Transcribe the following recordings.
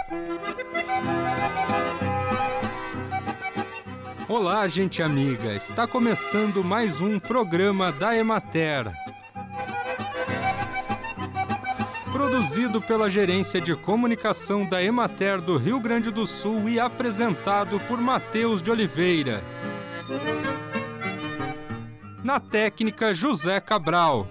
Olá, gente amiga! Está começando mais um programa da Emater. Produzido pela Gerência de Comunicação da Emater do Rio Grande do Sul e apresentado por Matheus de Oliveira. Na técnica, José Cabral.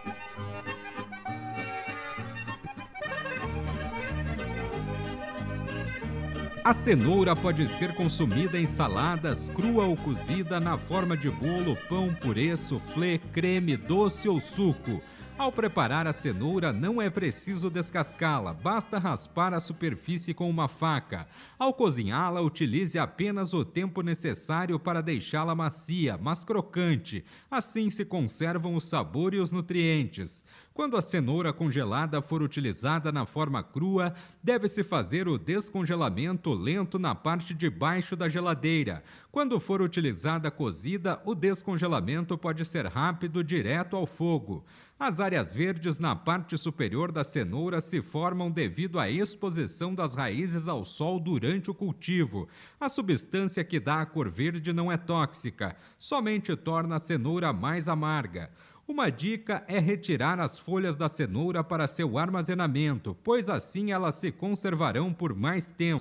A cenoura pode ser consumida em saladas, crua ou cozida, na forma de bolo, pão, purê, soufflé, creme, doce ou suco. Ao preparar a cenoura, não é preciso descascá-la, basta raspar a superfície com uma faca. Ao cozinhá-la, utilize apenas o tempo necessário para deixá-la macia, mas crocante. Assim se conservam o sabor e os nutrientes. Quando a cenoura congelada for utilizada na forma crua, deve-se fazer o descongelamento lento na parte de baixo da geladeira. Quando for utilizada cozida, o descongelamento pode ser rápido, direto ao fogo. As áreas verdes na parte superior da cenoura se formam devido à exposição das raízes ao sol durante o cultivo. A substância que dá a cor verde não é tóxica, somente torna a cenoura mais amarga. Uma dica é retirar as folhas da cenoura para seu armazenamento, pois assim elas se conservarão por mais tempo.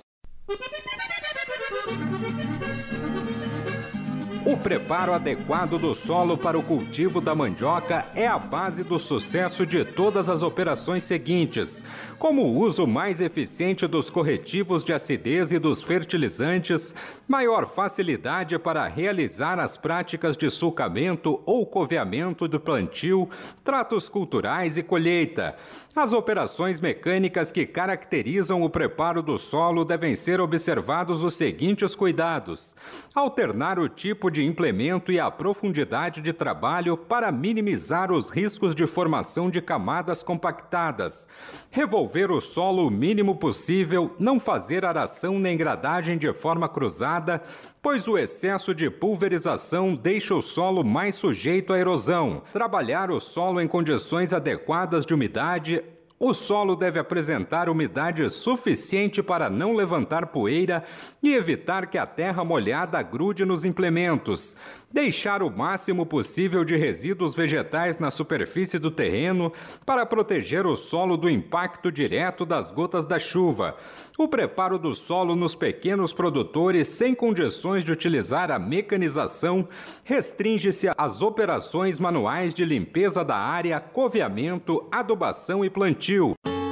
O preparo adequado do solo para o cultivo da mandioca é a base do sucesso de todas as operações seguintes, como o uso mais eficiente dos corretivos de acidez e dos fertilizantes, maior facilidade para realizar as práticas de sulcamento ou coveamento do plantio, tratos culturais e colheita. As operações mecânicas que caracterizam o preparo do solo devem ser observados os seguintes cuidados: alternar o tipo de implemento e a profundidade de trabalho para minimizar os riscos de formação de camadas compactadas, revolver o solo o mínimo possível, não fazer aração nem gradagem de forma cruzada, pois o excesso de pulverização deixa o solo mais sujeito à erosão. Trabalhar o solo em condições adequadas de umidade. O solo deve apresentar umidade suficiente para não levantar poeira e evitar que a terra molhada grude nos implementos. Deixar o máximo possível de resíduos vegetais na superfície do terreno para proteger o solo do impacto direto das gotas da chuva. O preparo do solo nos pequenos produtores sem condições de utilizar a mecanização restringe-se às operações manuais de limpeza da área, coveamento, adubação e plantio.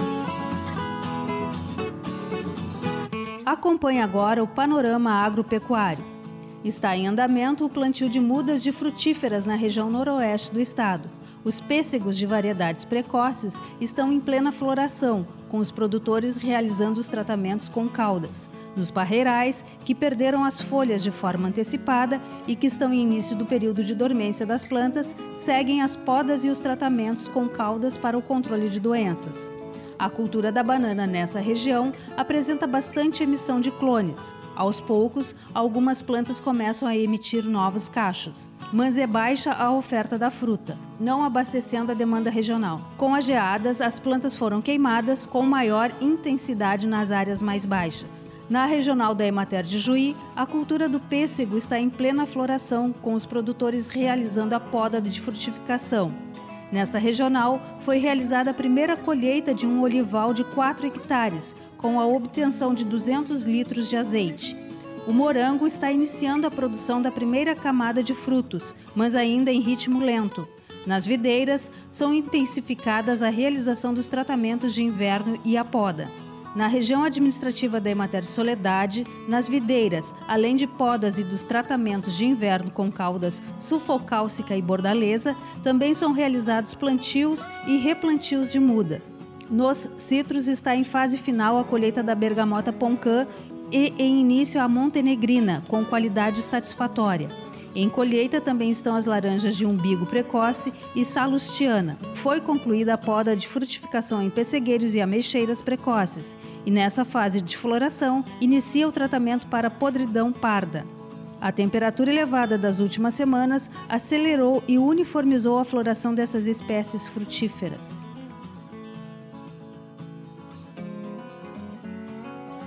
Acompanhe agora o panorama agropecuário. Está em andamento o plantio de mudas de frutíferas na região noroeste do estado. Os pêssegos de variedades precoces estão em plena floração, com os produtores realizando os tratamentos com caudas. Nos parreirais, que perderam as folhas de forma antecipada e que estão em início do período de dormência das plantas, seguem as podas e os tratamentos com caudas para o controle de doenças. A cultura da banana nessa região apresenta bastante emissão de clones. Aos poucos, algumas plantas começam a emitir novos cachos, mas é baixa a oferta da fruta, não abastecendo a demanda regional. Com as geadas, as plantas foram queimadas com maior intensidade nas áreas mais baixas. Na regional da Emater de Juí, a cultura do pêssego está em plena floração, com os produtores realizando a poda de frutificação. Nesta regional, foi realizada a primeira colheita de um olival de 4 hectares, com a obtenção de 200 litros de azeite. O morango está iniciando a produção da primeira camada de frutos, mas ainda em ritmo lento. Nas videiras, são intensificadas a realização dos tratamentos de inverno e a poda. Na região administrativa da Emater Soledade, nas videiras, além de podas e dos tratamentos de inverno com caudas sulfocálcica e bordaleza, também são realizados plantios e replantios de muda. Nos citros está em fase final a colheita da bergamota Poncã e em início a montenegrina, com qualidade satisfatória. Em colheita também estão as laranjas de umbigo precoce e salustiana. Foi concluída a poda de frutificação em pessegueiros e ameixeiras precoces. E nessa fase de floração, inicia o tratamento para podridão parda. A temperatura elevada das últimas semanas acelerou e uniformizou a floração dessas espécies frutíferas.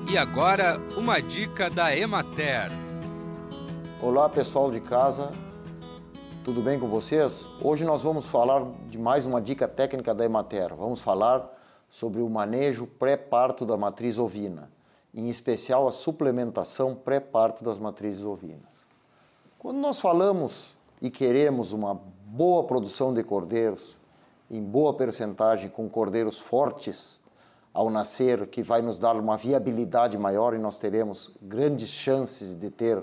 E agora, uma dica da Emater. Olá, pessoal de casa, tudo bem com vocês? Hoje nós vamos falar de mais uma dica técnica da Emater. Vamos falar sobre o manejo pré-parto da matriz ovina, em especial a suplementação pré-parto das matrizes ovinas. Quando nós falamos e queremos uma boa produção de cordeiros, em boa percentagem com cordeiros fortes ao nascer, que vai nos dar uma viabilidade maior e nós teremos grandes chances de ter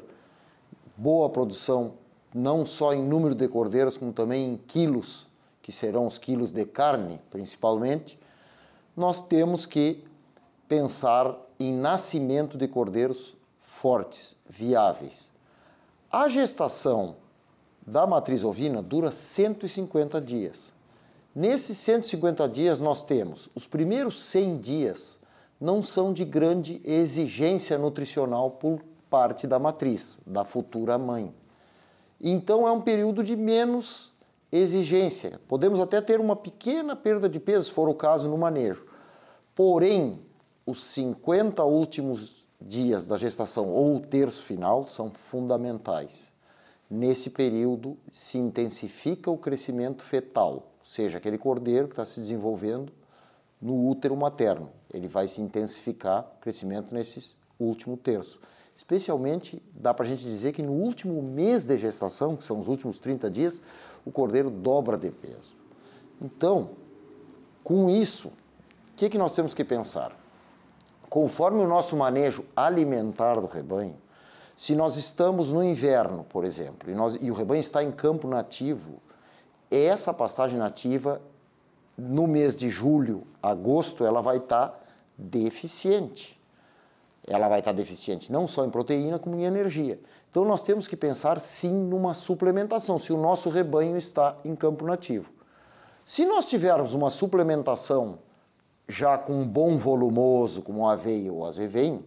boa produção, não só em número de cordeiros, como também em quilos, que serão os quilos de carne, principalmente, nós temos que pensar em nascimento de cordeiros fortes, viáveis. A gestação da matriz ovina dura 150 dias. Nesses 150 dias nós temos, os primeiros 100 dias não são de grande exigência nutricional por parte da matriz, da futura mãe. Então é um período de menos exigência. Podemos até ter uma pequena perda de peso, se for o caso, no manejo. Porém, os 50 últimos dias da gestação ou o terço final são fundamentais. Nesse período se intensifica o crescimento fetal, ou seja, aquele cordeiro que está se desenvolvendo no útero materno. Ele vai se intensificar o crescimento nesse último terço. Especialmente, dá para a gente dizer que no último mês de gestação, que são os últimos 30 dias, o cordeiro dobra de peso. Então, com isso, o que nós temos que pensar? Conforme o nosso manejo alimentar do rebanho, se nós estamos no inverno, por exemplo, e o rebanho está em campo nativo, essa pastagem nativa, no mês de julho, agosto, ela vai estar deficiente. Ela vai estar deficiente não só em proteína, como em energia. Então nós temos que pensar sim numa suplementação, se o nosso rebanho está em campo nativo. Se nós tivermos uma suplementação já com um bom volumoso, como o aveia ou azevém,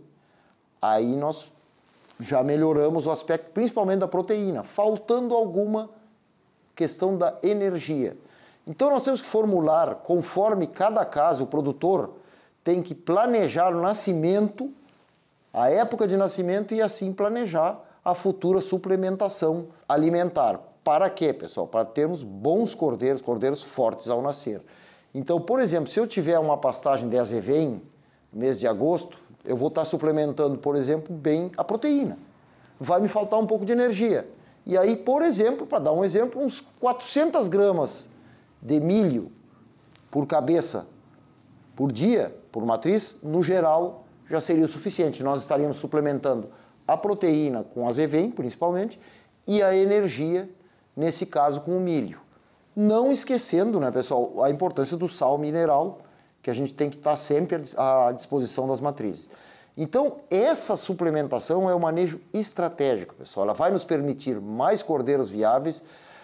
aí nós já melhoramos o aspecto, principalmente da proteína, faltando alguma questão da energia. Então nós temos que formular, conforme cada caso, o produtor tem que planejar o nascimento, a época de nascimento e assim planejar a futura suplementação alimentar. Para quê, pessoal? Para termos bons cordeiros, cordeiros fortes ao nascer. Então, por exemplo, se eu tiver uma pastagem de azevém no mês de agosto, eu vou estar suplementando, por exemplo, bem a proteína. Vai me faltar um pouco de energia. E aí, por exemplo, para dar um exemplo, uns 400 gramas de milho por cabeça, por dia, por matriz, no geral, já seria o suficiente. Nós estaríamos suplementando a proteína com azevém, principalmente, e a energia, nesse caso, com o milho. Não esquecendo, né, pessoal, a importância do sal mineral, que a gente tem que estar sempre à disposição das matrizes. Então, essa suplementação é um manejo estratégico, pessoal. Ela vai nos permitir mais cordeiros viáveis,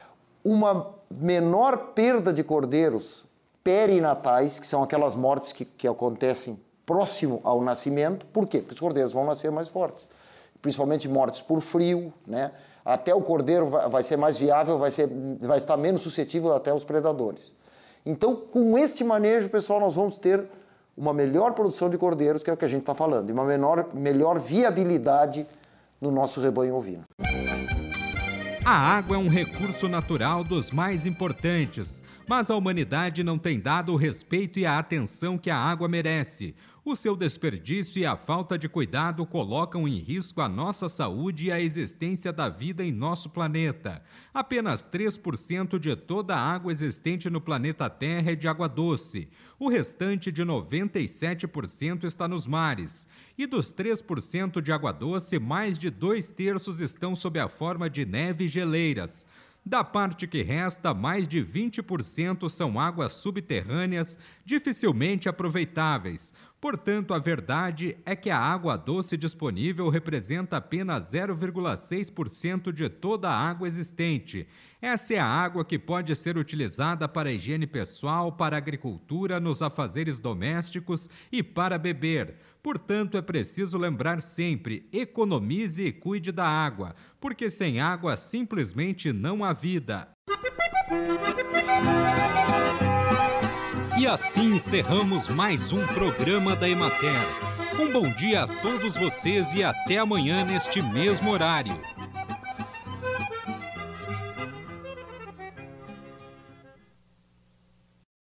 uma menor perda de cordeiros perinatais, que são aquelas mortes que acontecem próximo ao nascimento. Por quê? Porque os cordeiros vão nascer mais fortes, principalmente mortes por frio, né? Até o cordeiro vai ser mais viável, vai estar menos suscetível até aos predadores. Então, com este manejo, pessoal, nós vamos ter uma melhor produção de cordeiros, que é o que a gente está falando, e uma melhor viabilidade no nosso rebanho ovino. A água é um recurso natural dos mais importantes, mas a humanidade não tem dado o respeito e a atenção que a água merece. O seu desperdício e a falta de cuidado colocam em risco a nossa saúde e a existência da vida em nosso planeta. Apenas 3% de toda a água existente no planeta Terra é de água doce. O restante de 97% está nos mares. E dos 3% de água doce, mais de 2/3 estão sob a forma de neve e geleiras. Da parte que resta, mais de 20% são águas subterrâneas, dificilmente aproveitáveis. Portanto, a verdade é que a água doce disponível representa apenas 0,6% de toda a água existente. Essa é a água que pode ser utilizada para a higiene pessoal, para a agricultura, nos afazeres domésticos e para beber. Portanto, é preciso lembrar sempre, economize e cuide da água, porque sem água simplesmente não há vida. E E assim encerramos mais um programa da Emater. Um bom dia a todos vocês e até amanhã neste mesmo horário.